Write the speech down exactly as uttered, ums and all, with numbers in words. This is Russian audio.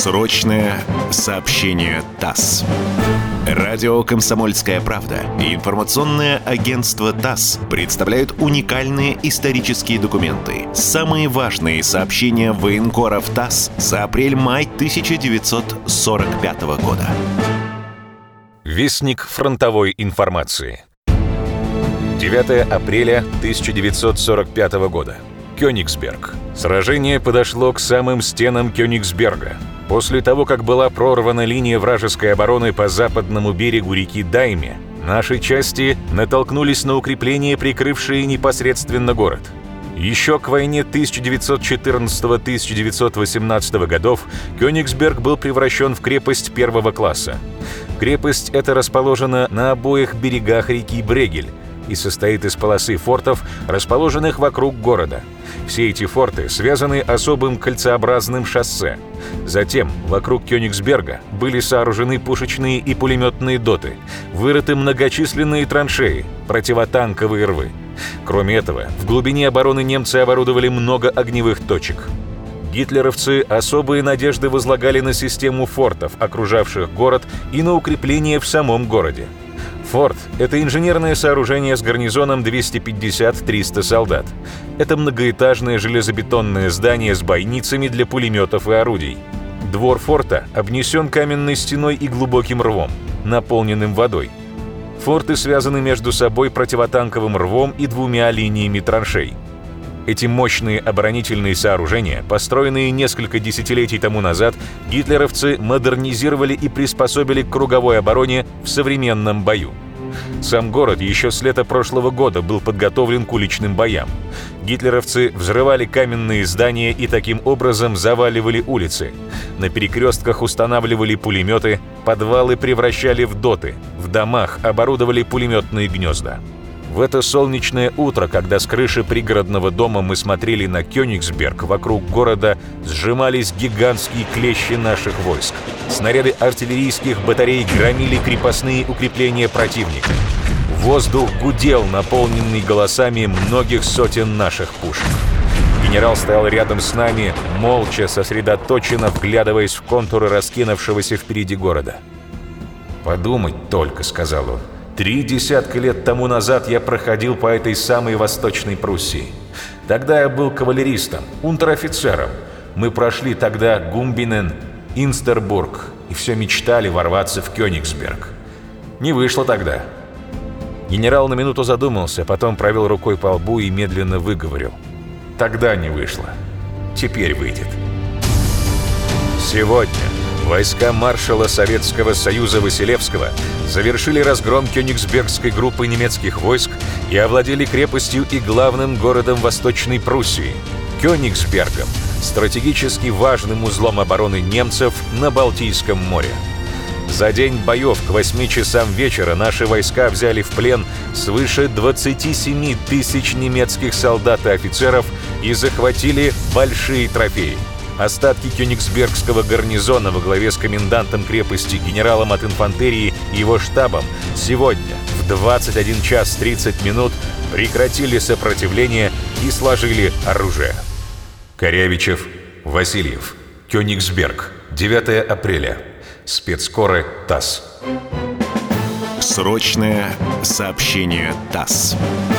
Срочное сообщение ТАСС. Радио «Комсомольская правда» и информационное агентство ТАСС представляют уникальные исторические документы. Самые важные сообщения военкоров ТАСС за апрель-май тысяча девятьсот сорок пятого года. Вестник фронтовой информации. девятое апреля тысяча девятьсот сорок пятого года. Кёнигсберг. Сражение подошло к самым стенам Кёнигсберга. После того, как была прорвана линия вражеской обороны по западному берегу реки Дайме, наши части натолкнулись на укрепления, прикрывшие непосредственно город. Еще к войне тысяча девятьсот четырнадцатого — тысяча девятьсот восемнадцатого годов Кёнигсберг был превращен в крепость первого класса. Крепость эта расположена на обоих берегах реки Брегель и состоит из полосы фортов, расположенных вокруг города. Все эти форты связаны особым кольцеобразным шоссе. Затем вокруг Кёнигсберга были сооружены пушечные и пулеметные доты, вырыты многочисленные траншеи, противотанковые рвы. Кроме этого, в глубине обороны немцы оборудовали много огневых точек. Гитлеровцы особые надежды возлагали на систему фортов, окружавших город, и на укрепления в самом городе. Форт — это инженерное сооружение с гарнизоном двести пятьдесят — триста солдат. Это многоэтажное железобетонное здание с бойницами для пулеметов и орудий. Двор форта обнесен каменной стеной и глубоким рвом, наполненным водой. Форты связаны между собой противотанковым рвом и двумя линиями траншей. Эти мощные оборонительные сооружения, построенные несколько десятилетий тому назад, гитлеровцы модернизировали и приспособили к круговой обороне в современном бою. Сам город еще с лета прошлого года был подготовлен к уличным боям. Гитлеровцы взрывали каменные здания и таким образом заваливали улицы. На перекрестках устанавливали пулеметы, подвалы превращали в доты, в домах оборудовали пулеметные гнезда. В это солнечное утро, когда с крыши пригородного дома мы смотрели на Кёнигсберг, вокруг города сжимались гигантские клещи наших войск. Снаряды артиллерийских батарей громили крепостные укрепления противника. Воздух гудел, наполненный голосами многих сотен наших пушек. Генерал стоял рядом с нами, молча, сосредоточенно вглядываясь в контуры раскинувшегося впереди города. «Подумать только», — сказал он. Три десятка лет тому назад я проходил по этой самой Восточной Пруссии. Тогда я был кавалеристом, унтер-офицером. Мы прошли тогда Гумбинен, Инстербург и все мечтали ворваться в Кёнигсберг. Не вышло тогда. Генерал на минуту задумался, потом провел рукой по лбу и медленно выговорил. Тогда не вышло. Теперь выйдет. Сегодня войска маршала Советского Союза Василевского завершили разгром Кёнигсбергской группы немецких войск и овладели крепостью и главным городом Восточной Пруссии – Кёнигсбергом, стратегически важным узлом обороны немцев на Балтийском море. За день боев к восьми часам вечера наши войска взяли в плен свыше двадцати семи тысяч немецких солдат и офицеров и захватили большие трофеи. Остатки Кёнигсбергского гарнизона во главе с комендантом крепости, генералом от инфантерии и его штабом сегодня в двадцать один час тридцать минут прекратили сопротивление и сложили оружие. Корявичев, Васильев. Кёнигсберг. девятое апреля. Спецкоры ТАСС. Срочное сообщение ТАСС.